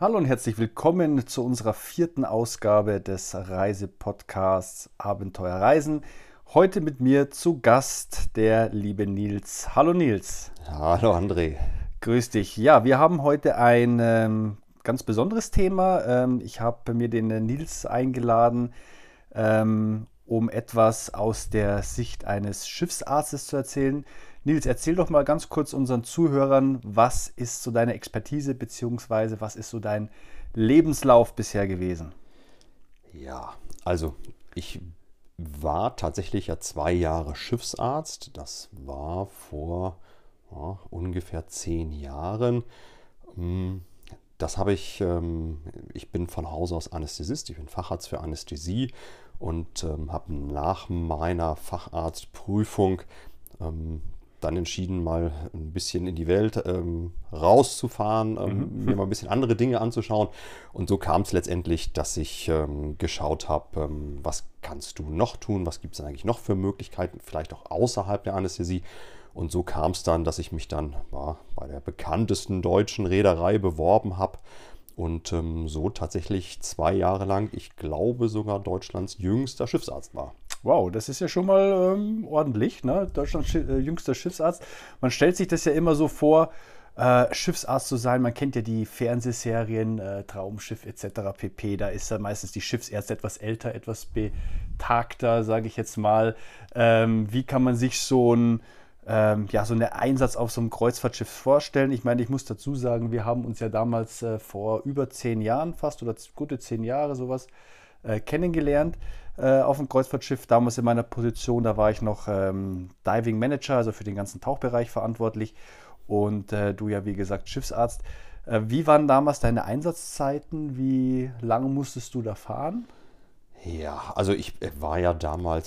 Hallo und herzlich willkommen zu unserer vierten Ausgabe des Reisepodcasts Abenteuer Reisen. Heute mit mir zu Gast der liebe Nils. Hallo Nils. Hallo André. Grüß dich. Ja, wir haben heute ein ganz besonderes Thema. Ich habe mir den Nils eingeladen, um etwas aus der Sicht eines Schiffsarztes zu erzählen. Nils, erzähl doch mal ganz kurz unseren Zuhörern, was ist so deine Expertise beziehungsweise was ist so dein Lebenslauf bisher gewesen? Ja, also ich war tatsächlich ja 2 Jahre Schiffsarzt. Das war vor ungefähr 10 Jahren. Mm, Das habe ich bin von Hause aus Anästhesist, ich bin Facharzt für Anästhesie und habe nach meiner Facharztprüfung ähm, dann entschieden, mal ein bisschen in die Welt rauszufahren, mir mal ein bisschen andere Dinge anzuschauen. Und so kam es letztendlich, dass ich geschaut habe, was kannst du noch tun, was gibt es eigentlich noch für Möglichkeiten, vielleicht auch außerhalb der Anästhesie. Und so kam es dann, dass ich mich dann bei der bekanntesten deutschen Reederei beworben habe und so tatsächlich 2 Jahre lang, ich glaube sogar Deutschlands jüngster Schiffsarzt war. Wow, das ist ja schon mal ordentlich, ne? Deutschlands jüngster Schiffsarzt. Man stellt sich das ja immer so vor, Schiffsarzt zu sein. Man kennt ja die Fernsehserien, Traumschiff etc. pp. Da ist ja meistens die Schiffsärzte etwas älter, etwas betagter, sage ich jetzt mal. Wie kann man sich so einen Einsatz auf so einem Kreuzfahrtschiff vorstellen? Ich meine, ich muss dazu sagen, wir haben uns ja damals vor über 10 Jahren fast oder gute 10 Jahre sowas kennengelernt auf dem Kreuzfahrtschiff. Damals in meiner Position, da war ich noch Diving Manager, also für den ganzen Tauchbereich verantwortlich. Und du ja, wie gesagt, Schiffsarzt. Wie waren damals deine Einsatzzeiten? Wie lange musstest du da fahren? Ja, also ich war ja damals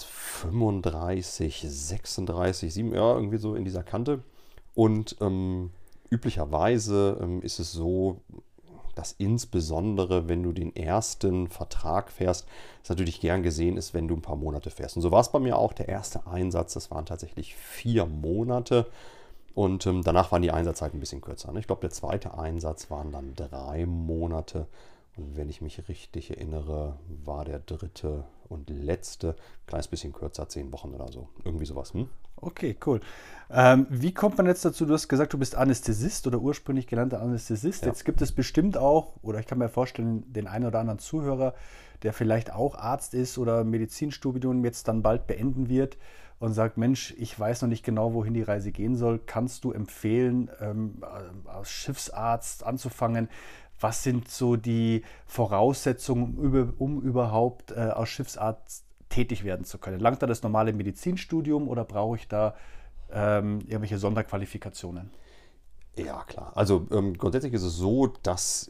35, 36, 7, ja, irgendwie so in dieser Kante. Und üblicherweise ist es so, dass insbesondere, wenn du den ersten Vertrag fährst, es natürlich gern gesehen ist, wenn du ein paar Monate fährst. Und so war es bei mir auch. Der erste Einsatz, das waren tatsächlich 4 Monate. Und danach waren die Einsatzzeiten ein bisschen kürzer. Ne? Ich glaube, der zweite Einsatz waren dann 3 Monate. Und wenn ich mich richtig erinnere, war der dritte und letzte ein kleines bisschen kürzer, 10 Wochen oder so. Irgendwie sowas. Hm? Okay, cool. Wie kommt man jetzt dazu? Du hast gesagt, du bist Anästhesist oder ursprünglich gelernter Anästhesist. Ja. Jetzt gibt es bestimmt auch, oder ich kann mir vorstellen, den einen oder anderen Zuhörer, der vielleicht auch Arzt ist oder Medizinstudium jetzt dann bald beenden wird und sagt, Mensch, ich weiß noch nicht genau, wohin die Reise gehen soll. Kannst du empfehlen, als Schiffsarzt anzufangen? Was sind so die Voraussetzungen, um überhaupt als Schiffsarzt tätig werden zu können? Langt da das normale Medizinstudium oder brauche ich da irgendwelche Sonderqualifikationen? Ja, klar. Also grundsätzlich ist es so, dass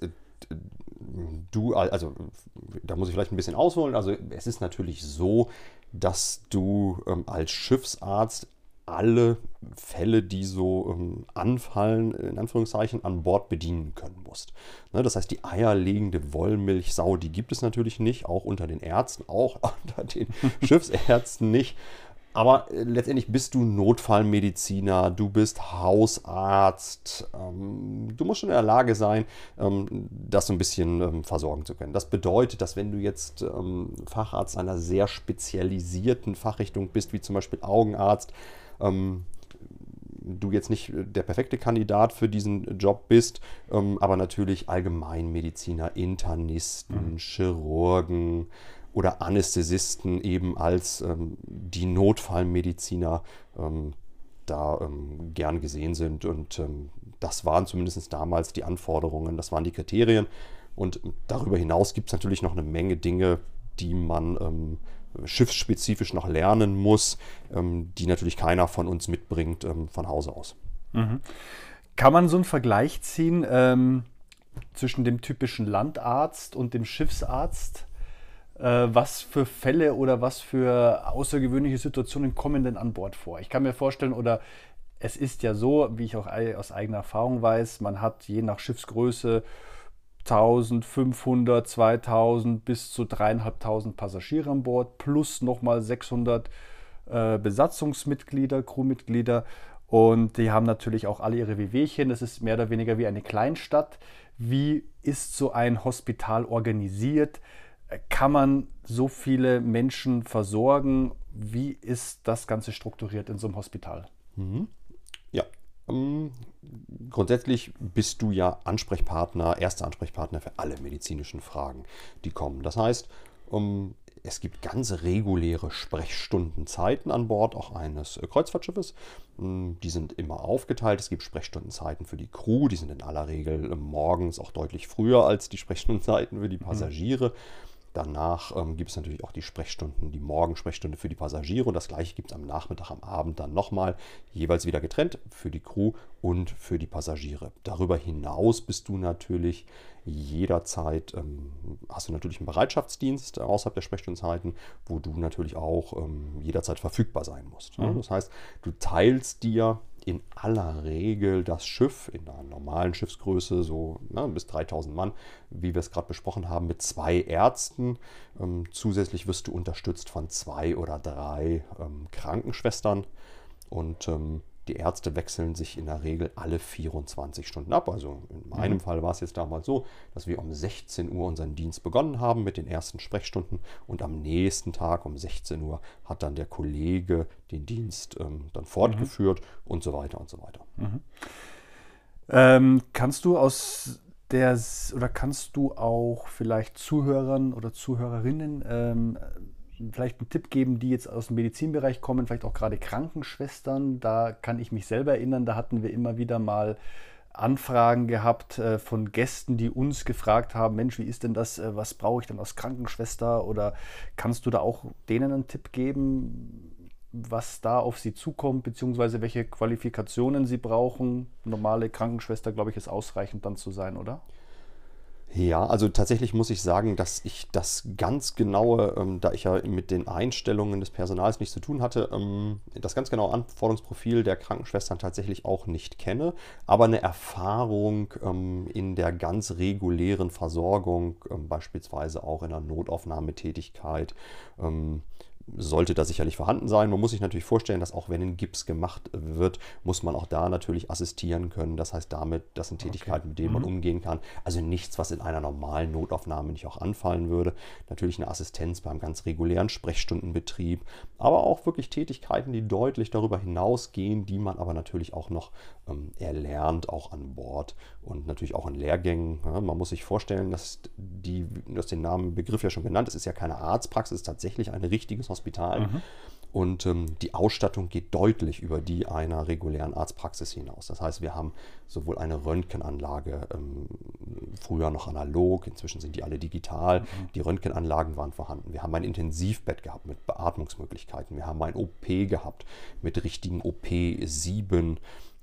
also da muss ich vielleicht ein bisschen ausholen. Also es ist natürlich so, dass du als Schiffsarzt alle Fälle, die so anfallen, in Anführungszeichen, an Bord bedienen können musst. Ne, das heißt, die eierlegende Wollmilchsau, die gibt es natürlich nicht, auch unter den Ärzten, auch unter den Schiffsärzten nicht. Aber letztendlich bist du Notfallmediziner, du bist Hausarzt, du musst schon in der Lage sein, das so ein bisschen versorgen zu können. Das bedeutet, dass wenn du jetzt Facharzt einer sehr spezialisierten Fachrichtung bist, wie zum Beispiel Augenarzt, ähm, du jetzt nicht der perfekte Kandidat für diesen Job bist, aber natürlich Allgemeinmediziner, Internisten, Chirurgen oder Anästhesisten eben als die Notfallmediziner da gern gesehen sind. Und das waren zumindest damals die Anforderungen, das waren die Kriterien. Und darüber hinaus gibt es natürlich noch eine Menge Dinge, die man schiffsspezifisch noch lernen muss, die natürlich keiner von uns mitbringt von Hause aus. Kann man so einen Vergleich ziehen zwischen dem typischen Landarzt und dem Schiffsarzt? Was für Fälle oder was für außergewöhnliche Situationen kommen denn an Bord vor? Ich kann mir vorstellen, oder es ist ja so, wie ich auch aus eigener Erfahrung weiß, man hat je nach Schiffsgröße 1500, 2000 bis zu 3500 Passagiere an Bord plus nochmal 600 Besatzungsmitglieder, Crewmitglieder. Und die haben natürlich auch alle ihre Wehwehchen. Das ist mehr oder weniger wie eine Kleinstadt. Wie ist so ein Hospital organisiert? Kann man so viele Menschen versorgen? Wie ist das Ganze strukturiert in so einem Hospital? Mhm. Ja, grundsätzlich bist du ja Ansprechpartner, erster Ansprechpartner für alle medizinischen Fragen, die kommen. Das heißt, es gibt ganz reguläre Sprechstundenzeiten an Bord auch eines Kreuzfahrtschiffes. Die sind immer aufgeteilt. Es gibt Sprechstundenzeiten für die Crew, die sind in aller Regel morgens auch deutlich früher als die Sprechstundenzeiten für die Passagiere. Danach gibt es natürlich auch die Sprechstunden, die Morgensprechstunde für die Passagiere und das gleiche gibt es am Nachmittag, am Abend dann nochmal, jeweils wieder getrennt für die Crew und für die Passagiere. Darüber hinaus bist du natürlich jederzeit, hast du natürlich einen Bereitschaftsdienst außerhalb der Sprechstundenzeiten, wo du natürlich auch jederzeit verfügbar sein musst. Ne? Das heißt, du teilst dir in aller Regel das Schiff in einer normalen Schiffsgröße, so bis 3000 Mann, wie wir es gerade besprochen haben, mit 2 Ärzten. Zusätzlich wirst du unterstützt von 2 oder 3 Krankenschwestern und die Ärzte wechseln sich in der Regel alle 24 Stunden ab. Also in meinem Fall war es jetzt damals so, dass wir um 16 Uhr unseren Dienst begonnen haben mit den ersten Sprechstunden und am nächsten Tag um 16 Uhr hat dann der Kollege den Dienst dann fortgeführt und so weiter und so weiter. Kannst du kannst du auch vielleicht Zuhörern oder Zuhörerinnen vielleicht einen Tipp geben, die jetzt aus dem Medizinbereich kommen, vielleicht auch gerade Krankenschwestern? Da kann ich mich selber erinnern, da hatten wir immer wieder mal Anfragen gehabt von Gästen, die uns gefragt haben, Mensch, wie ist denn das, was brauche ich denn als Krankenschwester? Oder kannst du da auch denen einen Tipp geben, was da auf sie zukommt, beziehungsweise welche Qualifikationen sie brauchen? Normale Krankenschwester, glaube ich, ist ausreichend dann zu sein, oder? Ja, also tatsächlich muss ich sagen, dass ich das ganz genaue, da ich ja mit den Einstellungen des Personals nichts zu tun hatte, das ganz genaue Anforderungsprofil der Krankenschwestern tatsächlich auch nicht kenne, aber eine Erfahrung in der ganz regulären Versorgung, beispielsweise auch in der Notaufnahmetätigkeit, sollte da sicherlich vorhanden sein. Man muss sich natürlich vorstellen, dass auch wenn ein Gips gemacht wird, muss man auch da natürlich assistieren können. Das heißt, das sind Tätigkeiten, mit denen man umgehen kann. Also nichts, was in einer normalen Notaufnahme nicht auch anfallen würde. Natürlich eine Assistenz beim ganz regulären Sprechstundenbetrieb, aber auch wirklich Tätigkeiten, die deutlich darüber hinausgehen, die man aber natürlich auch noch erlernt, auch an Bord und natürlich auch in Lehrgängen. Ja, man muss sich vorstellen, dass den Begriff ja schon genannt, es ist ja keine Arztpraxis, es ist tatsächlich ein richtiges Hospital. Und die Ausstattung geht deutlich über die einer regulären Arztpraxis hinaus. Das heißt, wir haben sowohl eine Röntgenanlage, früher noch analog, inzwischen sind die alle digital. Die Röntgenanlagen waren vorhanden. Wir haben ein Intensivbett gehabt mit Beatmungsmöglichkeiten. Wir haben ein OP gehabt mit richtigen OP7.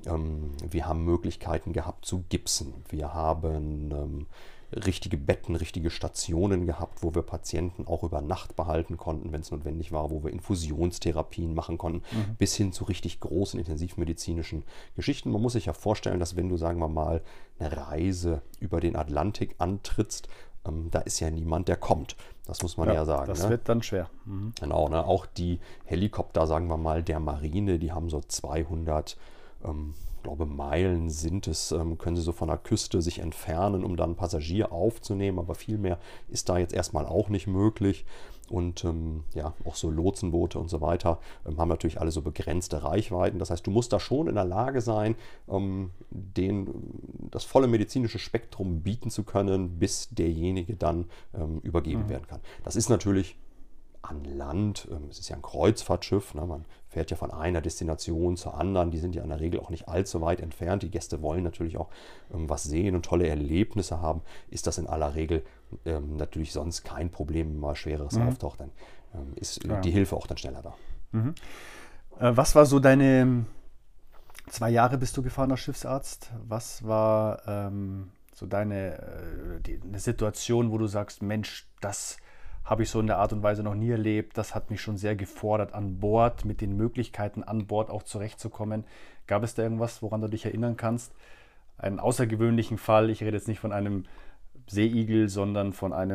Wir haben Möglichkeiten gehabt zu gipsen. Wir haben richtige Betten, richtige Stationen gehabt, wo wir Patienten auch über Nacht behalten konnten, wenn es notwendig war, wo wir Infusionstherapien machen konnten, bis hin zu richtig großen intensivmedizinischen Geschichten. Man muss sich ja vorstellen, dass wenn du, sagen wir mal, eine Reise über den Atlantik antrittst, da ist ja niemand, der kommt. Das muss man ja sagen. Das wird dann schwer. Genau, ne? Auch die Helikopter, sagen wir mal, der Marine, die haben so 200 glaube Meilen sind es, können sie so von der Küste sich entfernen, um dann einen Passagier aufzunehmen, aber viel mehr ist da jetzt erstmal auch nicht möglich. Und auch so Lotsenboote und so weiter haben natürlich alle so begrenzte Reichweiten. Das heißt, du musst da schon in der Lage sein, das volle medizinische Spektrum bieten zu können, bis derjenige dann übergeben werden kann. Das ist natürlich an Land, es ist ja ein Kreuzfahrtschiff, ne? Man fährt ja von einer Destination zur anderen, die sind ja in der Regel auch nicht allzu weit entfernt, die Gäste wollen natürlich auch was sehen und tolle Erlebnisse haben, ist das in aller Regel natürlich sonst kein Problem, wenn mal Schwereres auftaucht, dann ist die Hilfe auch dann schneller da. Was war so deine 2 Jahre bist du gefahren als Schiffsarzt? Was war so eine Situation, wo du sagst, Mensch, das habe ich so in der Art und Weise noch nie erlebt. Das hat mich schon sehr gefordert an Bord, mit den Möglichkeiten an Bord auch zurechtzukommen. Gab es da irgendwas, woran du dich erinnern kannst? Einen außergewöhnlichen Fall, ich rede jetzt nicht von einem Seeigel, sondern von einem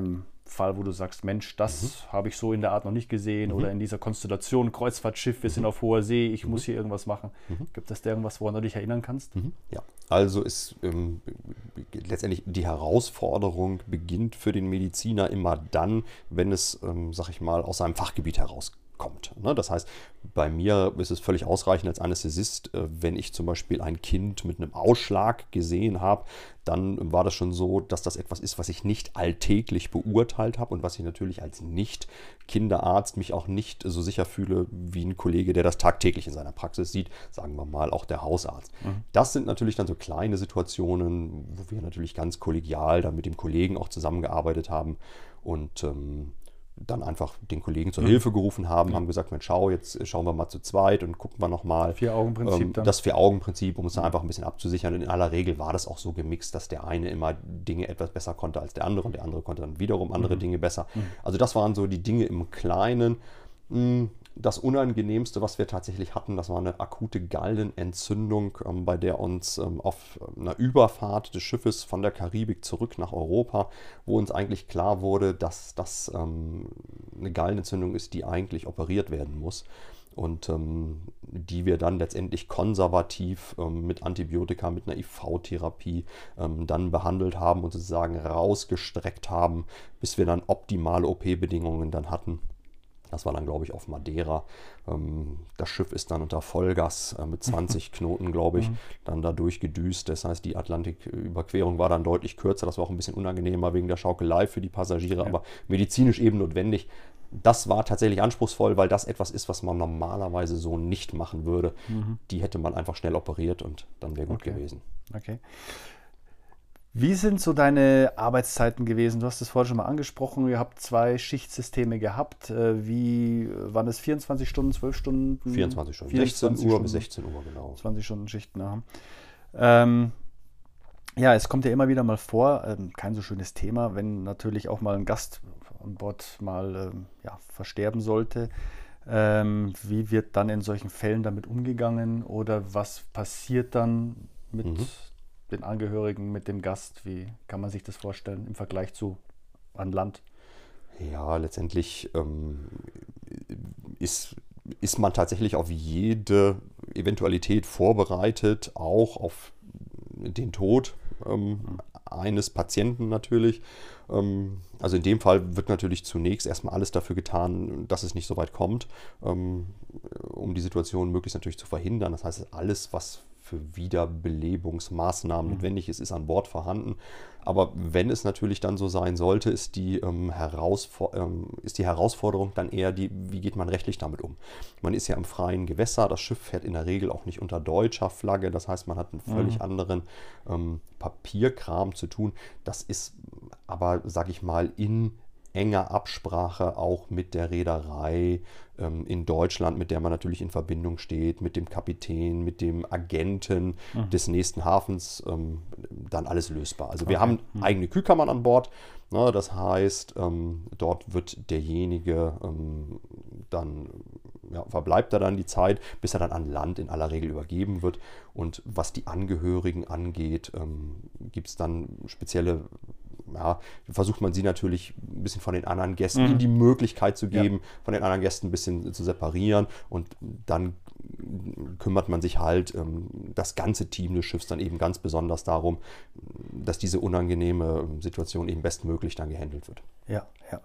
Fall, wo du sagst, Mensch, das habe ich so in der Art noch nicht gesehen oder in dieser Konstellation, Kreuzfahrtschiff, wir sind auf hoher See, ich muss hier irgendwas machen. Gibt es da irgendwas, woran du dich erinnern kannst? Ja, also ist letztendlich die Herausforderung beginnt für den Mediziner immer dann, wenn es, sag ich mal, aus seinem Fachgebiet herauskommt. Ne? Das heißt, bei mir ist es völlig ausreichend als Anästhesist, wenn ich zum Beispiel ein Kind mit einem Ausschlag gesehen habe, dann war das schon so, dass das etwas ist, was ich nicht alltäglich beurteilt habe und was ich natürlich als Nicht-Kinderarzt mich auch nicht so sicher fühle wie ein Kollege, der das tagtäglich in seiner Praxis sieht, sagen wir mal auch der Hausarzt. Das sind natürlich dann so kleine Situationen, wo wir natürlich ganz kollegial dann mit dem Kollegen auch zusammengearbeitet haben und dann einfach den Kollegen zur Hilfe gerufen haben, haben gesagt, Mensch, jetzt schauen wir mal zu zweit und gucken wir nochmal. Vier-Augen-Prinzip dann. Das Vier-Augen-Prinzip, um es da einfach ein bisschen abzusichern. Und in aller Regel war das auch so gemixt, dass der eine immer Dinge etwas besser konnte als der andere und der andere konnte dann wiederum andere Dinge besser. Also das waren so die Dinge im Kleinen. Das Unangenehmste, was wir tatsächlich hatten, das war eine akute Gallenentzündung, bei der uns auf einer Überfahrt des Schiffes von der Karibik zurück nach Europa, wo uns eigentlich klar wurde, dass das eine Gallenentzündung ist, die eigentlich operiert werden muss. Und die wir dann letztendlich konservativ mit Antibiotika, mit einer IV-Therapie dann behandelt haben und sozusagen rausgestreckt haben, bis wir dann optimale OP-Bedingungen dann hatten. Das war dann, glaube ich, auf Madeira. Das Schiff ist dann unter Vollgas mit 20 Knoten, glaube ich, dann da durchgedüst. Das heißt, die Atlantiküberquerung war dann deutlich kürzer. Das war auch ein bisschen unangenehmer wegen der Schaukelei für die Passagiere, aber medizinisch eben notwendig. Das war tatsächlich anspruchsvoll, weil das etwas ist, was man normalerweise so nicht machen würde. Die hätte man einfach schnell operiert und dann wäre gut gewesen. Okay. Wie sind so deine Arbeitszeiten gewesen? Du hast es vorhin schon mal angesprochen, ihr habt 2 Schichtsysteme gehabt. Waren es 24 Stunden, 12 Stunden? 24 Stunden, 16 Uhr bis 16 Uhr, genau. 20 Stunden Schichten, ja. Ja, es kommt ja immer wieder mal vor, kein so schönes Thema, wenn natürlich auch mal ein Gast an Bord mal versterben sollte. Wie wird dann in solchen Fällen damit umgegangen oder was passiert dann mit den Angehörigen, mit dem Gast? Wie kann man sich das vorstellen im Vergleich zu an Land? Ja, letztendlich ist man tatsächlich auf jede Eventualität vorbereitet, auch auf den Tod eines Patienten natürlich. Also in dem Fall wird natürlich zunächst erstmal alles dafür getan, dass es nicht so weit kommt, um die Situation möglichst natürlich zu verhindern. Das heißt, alles, was für Wiederbelebungsmaßnahmen notwendig ist, ist an Bord vorhanden. Aber wenn es natürlich dann so sein sollte, ist die Herausforderung dann eher wie geht man rechtlich damit um? Man ist ja im freien Gewässer, das Schiff fährt in der Regel auch nicht unter deutscher Flagge, das heißt, man hat einen völlig anderen Papierkram zu tun. Das ist aber, sage ich mal, in enger Absprache auch mit der Reederei in Deutschland, mit der man natürlich in Verbindung steht, mit dem Kapitän, mit dem Agenten des nächsten Hafens, dann alles lösbar. Also wir haben eigene Kühlkammern an Bord. Ne, das heißt, dort wird derjenige dann verbleibt er dann die Zeit, bis er dann an Land in aller Regel übergeben wird. Und was die Angehörigen angeht, gibt es dann spezielle, versucht man sie natürlich ein bisschen von den anderen Gästen die Möglichkeit zu geben, von den anderen Gästen ein bisschen zu separieren. Und dann kümmert man sich halt das ganze Team des Schiffs dann eben ganz besonders darum, dass diese unangenehme Situation eben bestmöglich dann gehandelt wird. Ja.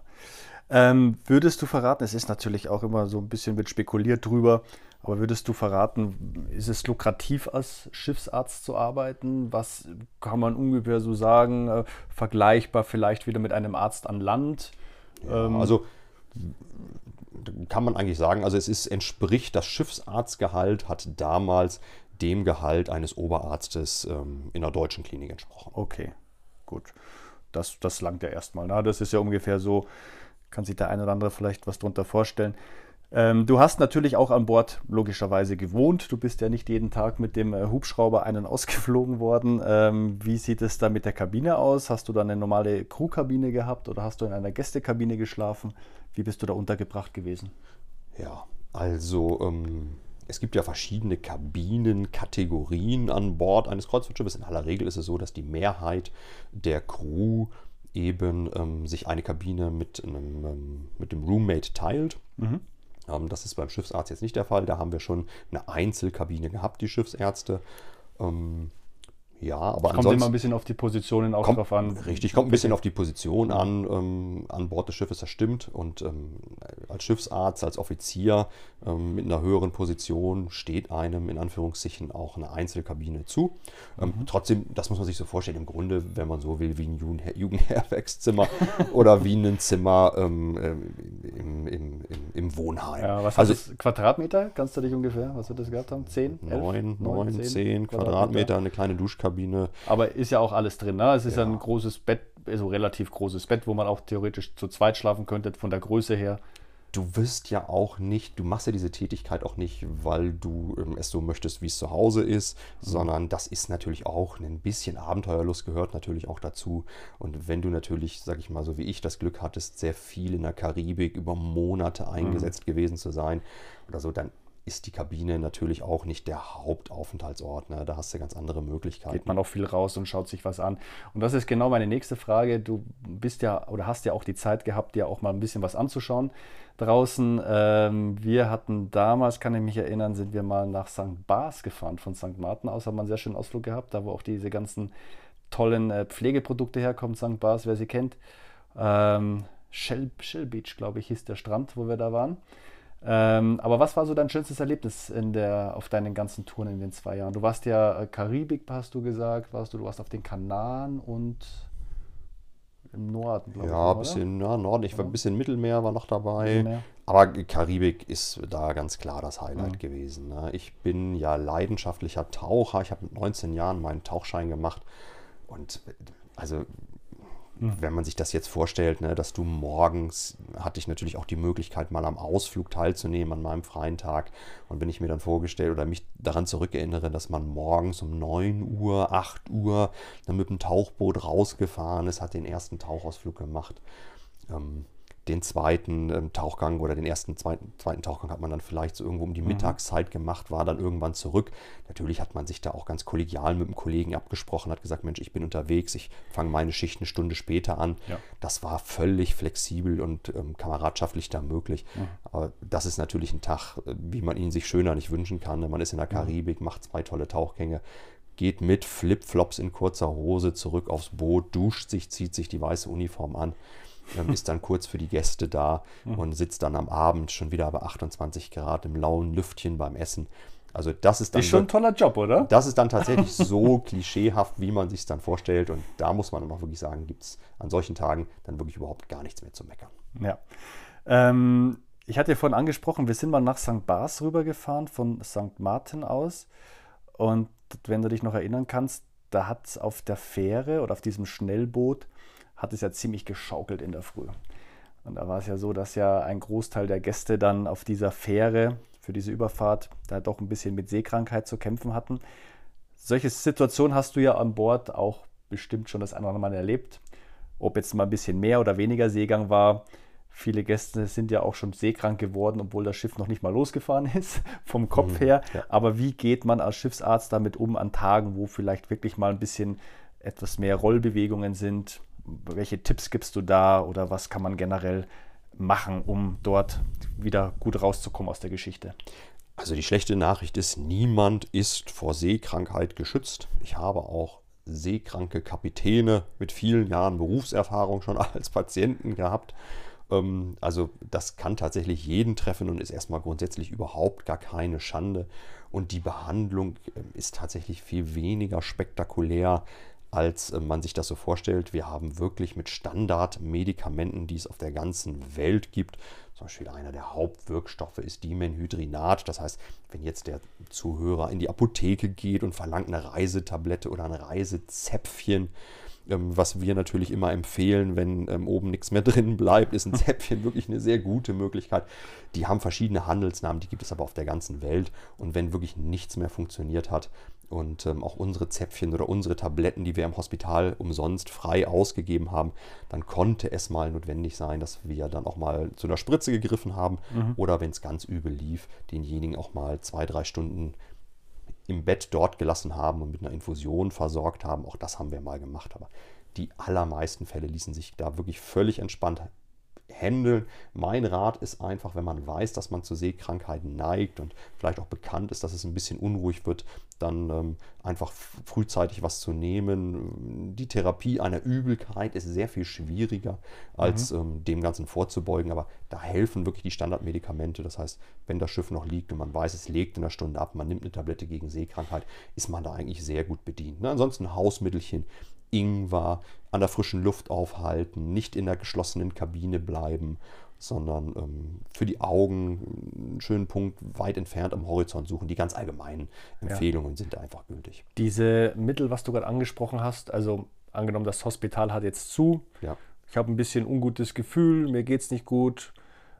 Würdest du verraten, es ist natürlich auch immer so ein bisschen wird spekuliert drüber, aber würdest du verraten, ist es lukrativ als Schiffsarzt zu arbeiten? Was kann man ungefähr so sagen, vergleichbar vielleicht wieder mit einem Arzt an Land? Also kann man eigentlich sagen, also entspricht das Schiffsarztgehalt, hat damals dem Gehalt eines Oberarztes in einer deutschen Klinik entsprochen. Okay, gut. Das langt ja erstmal. Ne? Das ist ja ungefähr so, kann sich der ein oder andere vielleicht was drunter vorstellen. Du hast natürlich auch an Bord logischerweise gewohnt. Du bist ja nicht jeden Tag mit dem Hubschrauber ein- und ausgeflogen worden. Wie sieht es da mit der Kabine aus? Hast du da eine normale Crewkabine gehabt oder hast du in einer Gästekabine geschlafen? Wie bist du da untergebracht gewesen? Ja, also es gibt ja verschiedene Kabinenkategorien an Bord eines Kreuzfahrtschiffes. In aller Regel ist es so, dass die Mehrheit der Crew eben sich eine Kabine mit dem Roommate teilt. Das ist beim Schiffsarzt jetzt nicht der Fall. Da haben wir schon eine Einzelkabine gehabt, die Schiffsärzte. Ja, aber kommt immer ein bisschen auf die Positionen auch drauf an. Richtig, kommt ein bisschen auf die Position an Bord des Schiffes, das stimmt. Und als Schiffsarzt, als Offizier mit einer höheren Position steht einem in Anführungszeichen auch eine Einzelkabine zu. Trotzdem, das muss man sich so vorstellen, im Grunde, wenn man so will, wie ein Jugendherbergszimmer oder wie ein Zimmer im Wohnheim. Ja, was also das Quadratmeter? Kannst du dich ungefähr, was wir das gehabt haben? 10? 9, 10 Quadratmeter, eine kleine Duschkabine. Aber ist ja auch alles drin, ne? Es ist ja ein großes Bett, also relativ großes Bett, wo man auch theoretisch zu zweit schlafen könnte, von der Größe her. Du wirst ja auch nicht, du machst ja diese Tätigkeit auch nicht, weil du es so möchtest, wie es zu Hause ist, sondern das ist natürlich auch ein bisschen Abenteuerlust gehört natürlich auch dazu. Und wenn du natürlich, sag ich mal, so wie ich das Glück hattest, sehr viel in der Karibik über Monate eingesetzt gewesen zu sein oder so, dann ist die Kabine natürlich auch nicht der Hauptaufenthaltsort. Ne? Da hast du ganz andere Möglichkeiten. Geht man auch viel raus und schaut sich was an. Und das ist genau meine nächste Frage. Du bist ja oder hast ja auch die Zeit gehabt, dir auch mal ein bisschen was anzuschauen draußen. Wir hatten damals, kann ich mich erinnern, sind wir mal nach St. Barts gefahren. Von St. Martin aus haben wir einen sehr schönen Ausflug gehabt, da wo auch diese ganzen tollen Pflegeprodukte herkommen. St. Barts, wer sie kennt. Shell Beach, glaube ich, hieß der Strand, wo wir da waren. Aber was war so dein schönstes Erlebnis auf deinen ganzen Touren in den 2 Jahren? Du warst ja Karibik, hast du gesagt, du warst auf den Kanaren und im Norden, glaube ich. Ja, ein bisschen Norden, ich war ein bisschen Mittelmeer, war noch dabei. Aber Karibik ist da ganz klar das Highlight gewesen. Ne? Ich bin ja leidenschaftlicher Taucher. Ich habe mit 19 Jahren meinen Tauchschein gemacht. Und also wenn man sich das jetzt vorstellt, ne, dass du morgens, hatte ich natürlich auch die Möglichkeit, mal am Ausflug teilzunehmen an meinem freien Tag. Und wenn ich mir dann vorgestellt oder mich daran zurückerinnere, dass man morgens um 9 Uhr, 8 Uhr dann mit dem Tauchboot rausgefahren ist, hat den ersten Tauchausflug gemacht. Den zweiten Tauchgang oder den zweiten Tauchgang hat man dann vielleicht so irgendwo um die Mittagszeit gemacht, war dann irgendwann zurück. Natürlich hat man sich da auch ganz kollegial mit einem Kollegen abgesprochen, hat gesagt, Mensch, ich bin unterwegs, ich fange meine Schicht eine Stunde später an. Ja. Das war völlig flexibel und kameradschaftlich da möglich. Aber das ist natürlich ein Tag, wie man ihn sich schöner nicht wünschen kann. Man ist in der Karibik, macht 2 tolle Tauchgänge, geht mit Flipflops in kurzer Hose zurück aufs Boot, duscht sich, zieht sich die weiße Uniform an. Ist dann kurz für die Gäste da und sitzt dann am Abend schon wieder bei 28 Grad im lauen Lüftchen beim Essen. Also das ist dann schon ein toller Job, oder? Das ist dann tatsächlich so klischeehaft, wie man sich es dann vorstellt. Und da muss man dann auch wirklich sagen, gibt es an solchen Tagen dann wirklich überhaupt gar nichts mehr zu meckern. Ja. Ich hatte ja vorhin angesprochen, wir sind mal nach St. Barts rübergefahren, von St. Martin aus. Und wenn du dich noch erinnern kannst, da hat es auf der Fähre oder auf diesem Schnellboot hat es ja ziemlich geschaukelt in der Früh. Und da war es ja so, dass ja ein Großteil der Gäste dann auf dieser Fähre für diese Überfahrt da doch ein bisschen mit Seekrankheit zu kämpfen hatten. Solche Situationen hast du ja an Bord auch bestimmt schon das eine oder andere Mal erlebt. Ob jetzt mal ein bisschen mehr oder weniger Seegang war. Viele Gäste sind ja auch schon seekrank geworden, obwohl das Schiff noch nicht mal losgefahren ist, vom Kopf her. Ja. Aber wie geht man als Schiffsarzt damit um an Tagen, wo vielleicht wirklich mal ein bisschen etwas mehr Rollbewegungen sind? Welche Tipps gibst du da oder was kann man generell machen, um dort wieder gut rauszukommen aus der Geschichte? Also die schlechte Nachricht ist, niemand ist vor Seekrankheit geschützt. Ich habe auch seekranke Kapitäne mit vielen Jahren Berufserfahrung schon als Patienten gehabt. Also das kann tatsächlich jeden treffen und ist erstmal grundsätzlich überhaupt gar keine Schande. Und die Behandlung ist tatsächlich viel weniger spektakulär, als man sich das so vorstellt. Wir haben wirklich mit Standardmedikamenten, die es auf der ganzen Welt gibt, zum Beispiel einer der Hauptwirkstoffe ist Dimenhydrinat. Das heißt, wenn jetzt der Zuhörer in die Apotheke geht und verlangt eine Reisetablette oder ein Reisezäpfchen, was wir natürlich immer empfehlen, wenn oben nichts mehr drin bleibt, ist ein Zäpfchen wirklich eine sehr gute Möglichkeit. Die haben verschiedene Handelsnamen, die gibt es aber auf der ganzen Welt. Und wenn wirklich nichts mehr funktioniert hat und auch unsere Zäpfchen oder unsere Tabletten, die wir im Hospital umsonst frei ausgegeben haben, dann konnte es mal notwendig sein, dass wir dann auch mal zu einer Spritze gegriffen haben oder wenn es ganz übel lief, denjenigen auch mal 2-3 Stunden im Bett dort gelassen haben und mit einer Infusion versorgt haben. Auch das haben wir mal gemacht. Aber die allermeisten Fälle ließen sich da wirklich völlig entspannt handeln. Mein Rat ist einfach, wenn man weiß, dass man zu Seekrankheiten neigt und vielleicht auch bekannt ist, dass es ein bisschen unruhig wird, dann einfach frühzeitig was zu nehmen. Die Therapie einer Übelkeit ist sehr viel schwieriger, als dem Ganzen vorzubeugen, aber da helfen wirklich die Standardmedikamente. Das heißt, wenn das Schiff noch liegt und man weiß, es legt in einer Stunde ab, man nimmt eine Tablette gegen Seekrankheit, ist man da eigentlich sehr gut bedient. Ansonsten Hausmittelchen, Ingwer, an der frischen Luft aufhalten, nicht in der geschlossenen Kabine bleiben, sondern für die Augen einen schönen Punkt weit entfernt am Horizont suchen. Die ganz allgemeinen Empfehlungen sind da einfach gültig. Diese Mittel, was du gerade angesprochen hast, also angenommen, das Hospital hat jetzt zu, ich habe ein bisschen ungutes Gefühl, mir geht es nicht gut.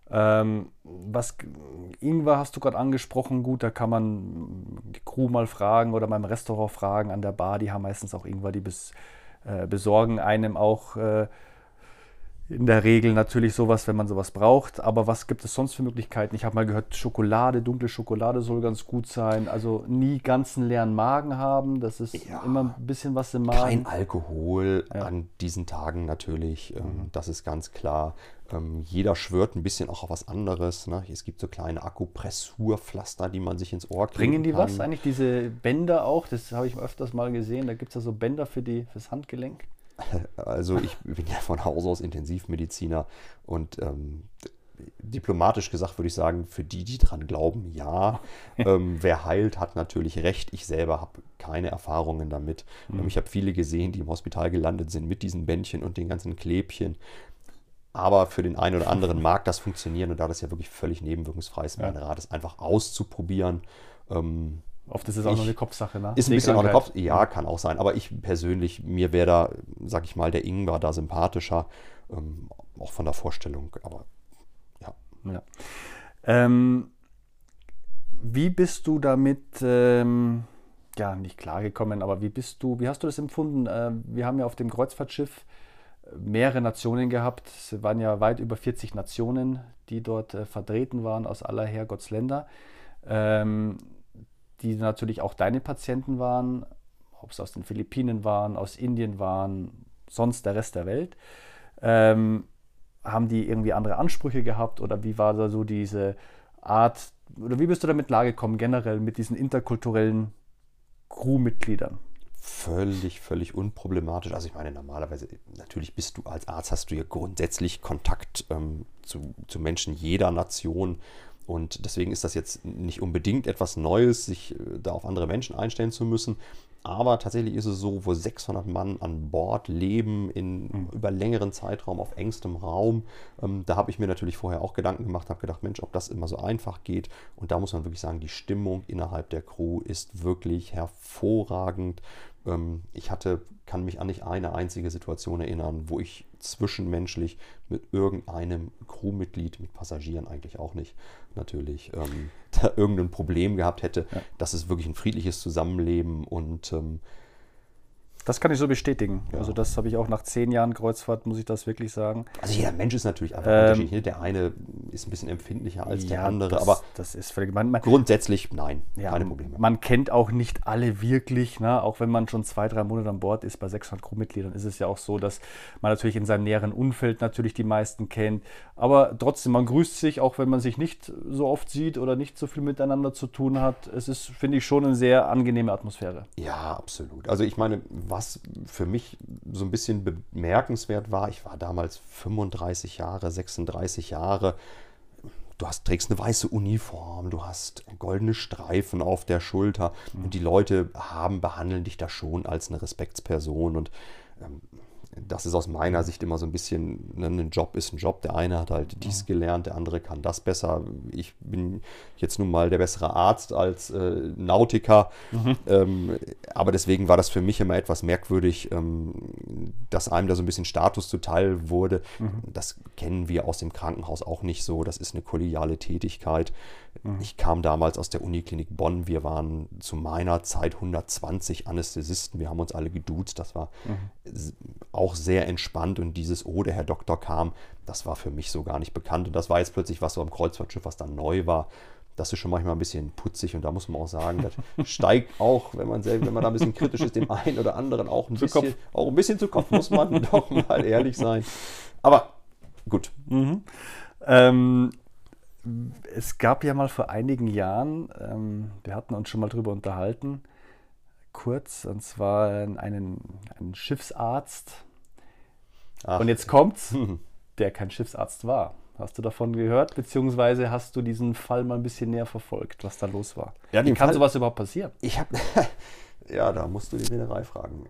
Ingwer hast du gerade angesprochen, gut, da kann man die Crew mal fragen oder beim Restaurant fragen, an der Bar, die haben meistens auch Ingwer, die besorgen einem auch in der Regel natürlich sowas, wenn man sowas braucht. Aber was gibt es sonst für Möglichkeiten? Ich habe mal gehört, Schokolade, dunkle Schokolade soll ganz gut sein. Also nie ganz einen leeren Magen haben. Das ist immer ein bisschen was im Magen. Kein Alkohol an diesen Tagen natürlich. Das ist ganz klar. Jeder schwört ein bisschen auch auf was anderes. Ne? Es gibt so kleine Akupressurpflaster, die man sich ins Ohr kriegen Bringen die kann. was? Eigentlich diese Bänder auch? Das habe ich öfters mal gesehen. Da gibt es ja so Bänder fürs Handgelenk. Also ich bin ja von Haus aus Intensivmediziner und diplomatisch gesagt würde ich sagen, für die, die dran glauben, ja. Wer heilt, hat natürlich recht. Ich selber habe keine Erfahrungen damit. Ich habe viele gesehen, die im Hospital gelandet sind mit diesen Bändchen und den ganzen Klebchen. Aber für den einen oder anderen mag das funktionieren und da das ja wirklich völlig nebenwirkungsfrei ist, mein Rat ist einfach auszuprobieren. Oft ist es auch noch eine Kopfsache, ne? Ist ein bisschen auch eine Kopfsache, ja, kann auch sein. Aber ich persönlich, mir wäre da, sag ich mal, der Ingwer da sympathischer, auch von der Vorstellung, aber ja. Wie bist du damit, nicht klargekommen, aber wie hast du das empfunden? Wir haben ja auf dem Kreuzfahrtschiff mehrere Nationen gehabt. Es waren ja weit über 40 Nationen, die dort vertreten waren aus aller Herrgottsländer. Die natürlich auch deine Patienten waren, ob es aus den Philippinen waren, aus Indien waren, sonst der Rest der Welt. Haben die irgendwie andere Ansprüche gehabt oder wie war da so diese Art, oder wie bist du damit klargekommen generell mit diesen interkulturellen Crewmitgliedern? Völlig unproblematisch. Also ich meine, normalerweise, natürlich bist du als Arzt, hast du ja grundsätzlich Kontakt zu Menschen jeder Nation. Und deswegen ist das jetzt nicht unbedingt etwas Neues, sich da auf andere Menschen einstellen zu müssen. Aber tatsächlich ist es so, wo 600 Mann an Bord leben, über längeren Zeitraum auf engstem Raum. Da habe ich mir natürlich vorher auch Gedanken gemacht, habe gedacht, Mensch, ob das immer so einfach geht. Und da muss man wirklich sagen, die Stimmung innerhalb der Crew ist wirklich hervorragend. Ich kann mich an nicht eine einzige Situation erinnern, wo ich zwischenmenschlich mit irgendeinem Crewmitglied, mit Passagieren eigentlich auch nicht, natürlich, da irgendein Problem gehabt hätte. Ja. Das ist wirklich ein friedliches Zusammenleben und das kann ich so bestätigen. Ja. Also das habe ich auch nach 10 Jahren Kreuzfahrt, muss ich das wirklich sagen. Also jeder Mensch ist natürlich einfach unterschiedlich. Der eine ist ein bisschen empfindlicher als der andere, aber das ist völlig, grundsätzlich nein, keine Probleme. Man kennt auch nicht alle wirklich, ne? Auch wenn man schon 2-3 Monate an Bord ist, bei 600 Crewmitgliedern ist es ja auch so, dass man natürlich in seinem näheren Umfeld natürlich die meisten kennt. Aber trotzdem, man grüßt sich, auch wenn man sich nicht so oft sieht oder nicht so viel miteinander zu tun hat. Es ist, finde ich, schon eine sehr angenehme Atmosphäre. Ja, absolut. Also ich meine, was für mich so ein bisschen bemerkenswert war, ich war damals 35 Jahre, 36 Jahre, trägst eine weiße Uniform, du hast goldene Streifen auf der Schulter und die Leute behandeln dich da schon als eine Respektsperson und das ist aus meiner Sicht immer so ein bisschen, ein Job ist ein Job. Der eine hat halt dies gelernt, der andere kann das besser. Ich bin jetzt nun mal der bessere Arzt als Nautiker. Aber deswegen war das für mich immer etwas merkwürdig, dass einem da so ein bisschen Status zuteil wurde. Das kennen wir aus dem Krankenhaus auch nicht so. Das ist eine kollegiale Tätigkeit. Ich kam damals aus der Uniklinik Bonn. Wir waren zu meiner Zeit 120 Anästhesisten. Wir haben uns alle geduzt. Das war auch sehr entspannt. Und dieses, der Herr Doktor kam, das war für mich so gar nicht bekannt. Und das war jetzt plötzlich was so am Kreuzfahrtschiff, was dann neu war. das ist schon manchmal ein bisschen putzig und da muss man auch sagen, das steigt auch, wenn man da ein bisschen kritisch ist, dem einen oder anderen auch ein bisschen zu Kopf, muss man doch mal ehrlich sein. Aber gut. Es gab ja mal vor einigen Jahren, wir hatten uns schon mal drüber unterhalten, kurz, und zwar einen Schiffsarzt. Ach. Und jetzt kommt's, der kein Schiffsarzt war. Hast du davon gehört, beziehungsweise hast du diesen Fall mal ein bisschen näher verfolgt, was da los war? Ja, Wie kann sowas überhaupt passieren? Ja, da musst du die Reederei fragen.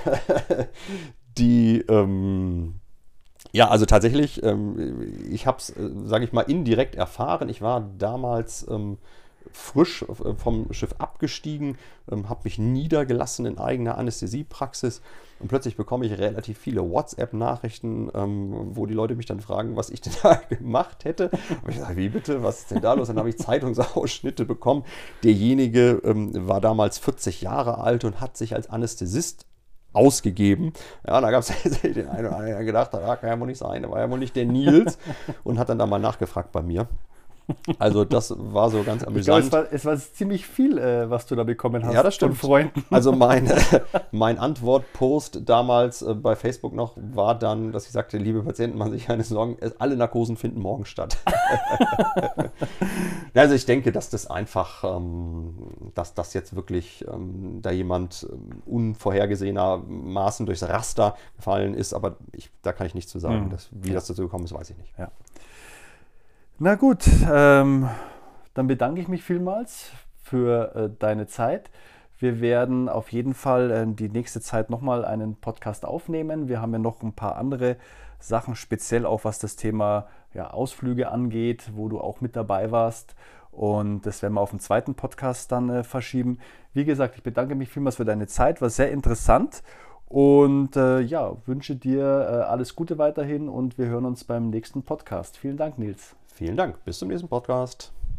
Ja, also tatsächlich, ich habe es, sage ich mal, indirekt erfahren. Ich war damals frisch vom Schiff abgestiegen, habe mich niedergelassen in eigener Anästhesiepraxis und plötzlich bekomme ich relativ viele WhatsApp-Nachrichten, wo die Leute mich dann fragen, was ich denn da gemacht hätte. Und ich sage, wie bitte, was ist denn da los? Dann habe ich Zeitungsausschnitte bekommen. Derjenige war damals 40 Jahre alt und hat sich als Anästhesist ausgegeben. Ja, da gab es den einen oder anderen, der gedacht hat, kann ja wohl nicht sein, der war ja wohl nicht der Nils und hat dann da mal nachgefragt bei mir. Also das war so ganz amüsant. Ich glaube, es war ziemlich viel, was du da bekommen hast, ja, das stimmt. von Freunden. Also mein Antwortpost damals bei Facebook noch war dann, dass ich sagte, liebe Patienten, machen sich keine Sorgen, alle Narkosen finden morgen statt. Also ich denke, dass das einfach, dass das jetzt wirklich da jemand unvorhergesehenermaßen durchs Raster gefallen ist, aber da kann ich nichts zu sagen. Wie das dazu gekommen ist, weiß ich nicht. Ja. Na gut, dann bedanke ich mich vielmals für deine Zeit. Wir werden auf jeden Fall die nächste Zeit nochmal einen Podcast aufnehmen. Wir haben ja noch ein paar andere Sachen, speziell auch was das Thema Ausflüge angeht, wo du auch mit dabei warst. Und das werden wir auf den zweiten Podcast dann verschieben. Wie gesagt, ich bedanke mich vielmals für deine Zeit, war sehr interessant. Und wünsche dir alles Gute weiterhin und wir hören uns beim nächsten Podcast. Vielen Dank, Nils. Vielen Dank. Bis zum nächsten Podcast.